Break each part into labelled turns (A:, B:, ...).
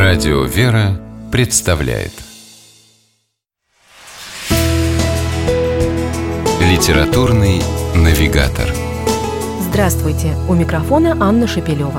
A: Радио «Вера» представляет Литературный навигатор.
B: Здравствуйте! У микрофона Анна Шепелева.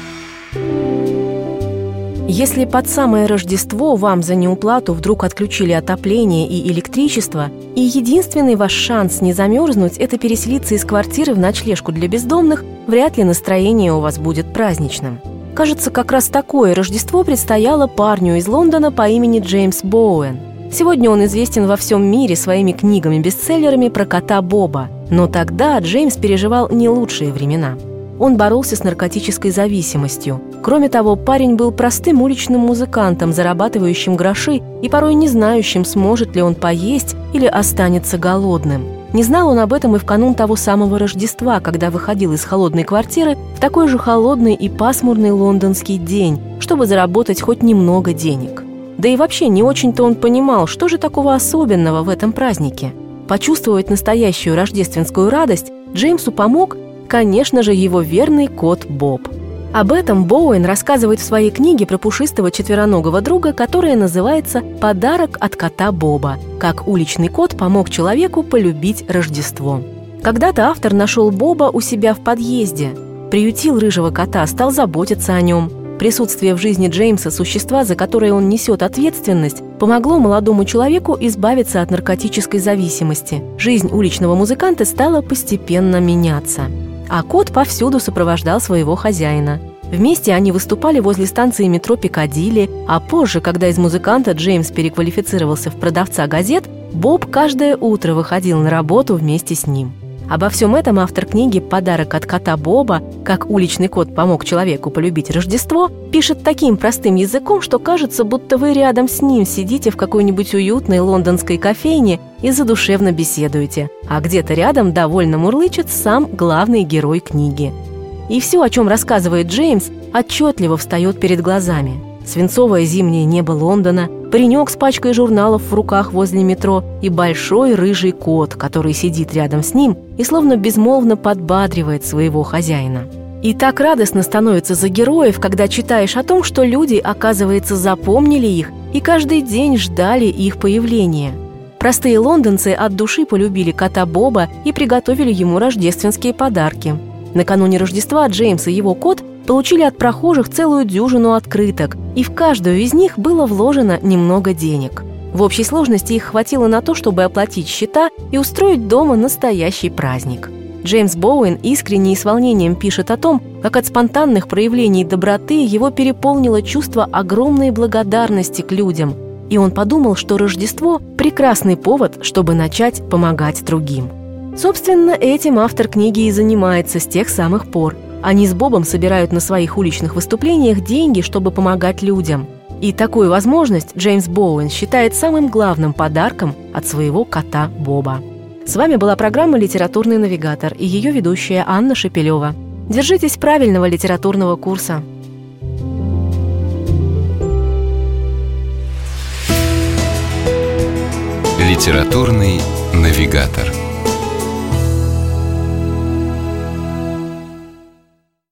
B: Если под самое Рождество вам за неуплату вдруг отключили отопление и электричество, и единственный ваш шанс не замерзнуть – это переселиться из квартиры в ночлежку для бездомных, вряд ли настроение у вас будет праздничным. Кажется, как раз такое Рождество предстояло парню из Лондона по имени Джеймс Боуэн. Сегодня он известен во всем мире своими книгами-бестселлерами про кота Боба. Но тогда Джеймс переживал не лучшие времена. Он боролся с наркотической зависимостью. Кроме того, парень был простым уличным музыкантом, зарабатывающим гроши и порой не знающим, сможет ли он поесть или останется голодным. Не знал он об этом и в канун того самого Рождества, когда выходил из холодной квартиры в такой же холодный и пасмурный лондонский день, чтобы заработать хоть немного денег. Да и вообще не очень-то он понимал, что же такого особенного в этом празднике. Почувствовать настоящую рождественскую радость Джеймсу помог, конечно же, его верный кот Боб. Об этом Боуэн рассказывает в своей книге про пушистого четвероногого друга, которая называется «Подарок от кота Боба. Как уличный кот помог человеку полюбить Рождество». Когда-то автор нашел Боба у себя в подъезде, приютил рыжего кота, стал заботиться о нем. Присутствие в жизни Джеймса существа, за которое он несет ответственность, помогло молодому человеку избавиться от наркотической зависимости. Жизнь уличного музыканта стала постепенно меняться. А кот повсюду сопровождал своего хозяина. Вместе они выступали возле станции метро Пикадилли, а позже, когда из музыканта Джеймс переквалифицировался в продавца газет, Боб каждое утро выходил на работу вместе с ним. Обо всем этом автор книги «Подарок от кота Боба. Как уличный кот помог человеку полюбить Рождество» пишет таким простым языком, что кажется, будто вы рядом с ним сидите в какой-нибудь уютной лондонской кофейне и задушевно беседуете, а где-то рядом довольно мурлычет сам главный герой книги. И все, о чем рассказывает Джеймс, отчетливо встает перед глазами. Свинцовое зимнее небо Лондона, паренек с пачкой журналов в руках возле метро и большой рыжий кот, который сидит рядом с ним и словно безмолвно подбадривает своего хозяина. И так радостно становится за героев, когда читаешь о том, что люди, оказывается, запомнили их и каждый день ждали их появления. Простые лондонцы от души полюбили кота Боба и приготовили ему рождественские подарки. Накануне Рождества Джеймс и его кот получили от прохожих целую дюжину открыток, и в каждую из них было вложено немного денег. В общей сложности их хватило на то, чтобы оплатить счета и устроить дома настоящий праздник. Джеймс Боуэн искренне и с волнением пишет о том, как от спонтанных проявлений доброты его переполнило чувство огромной благодарности к людям, и он подумал, что Рождество – прекрасный повод, чтобы начать помогать другим. Собственно, этим автор книги и занимается с тех самых пор. Они с Бобом собирают на своих уличных выступлениях деньги, чтобы помогать людям. И такую возможность Джеймс Боуэн считает самым главным подарком от своего кота Боба. С вами была программа «Литературный навигатор» и ее ведущая Анна Шепелева. Держитесь правильного литературного курса.
A: Литературный навигатор.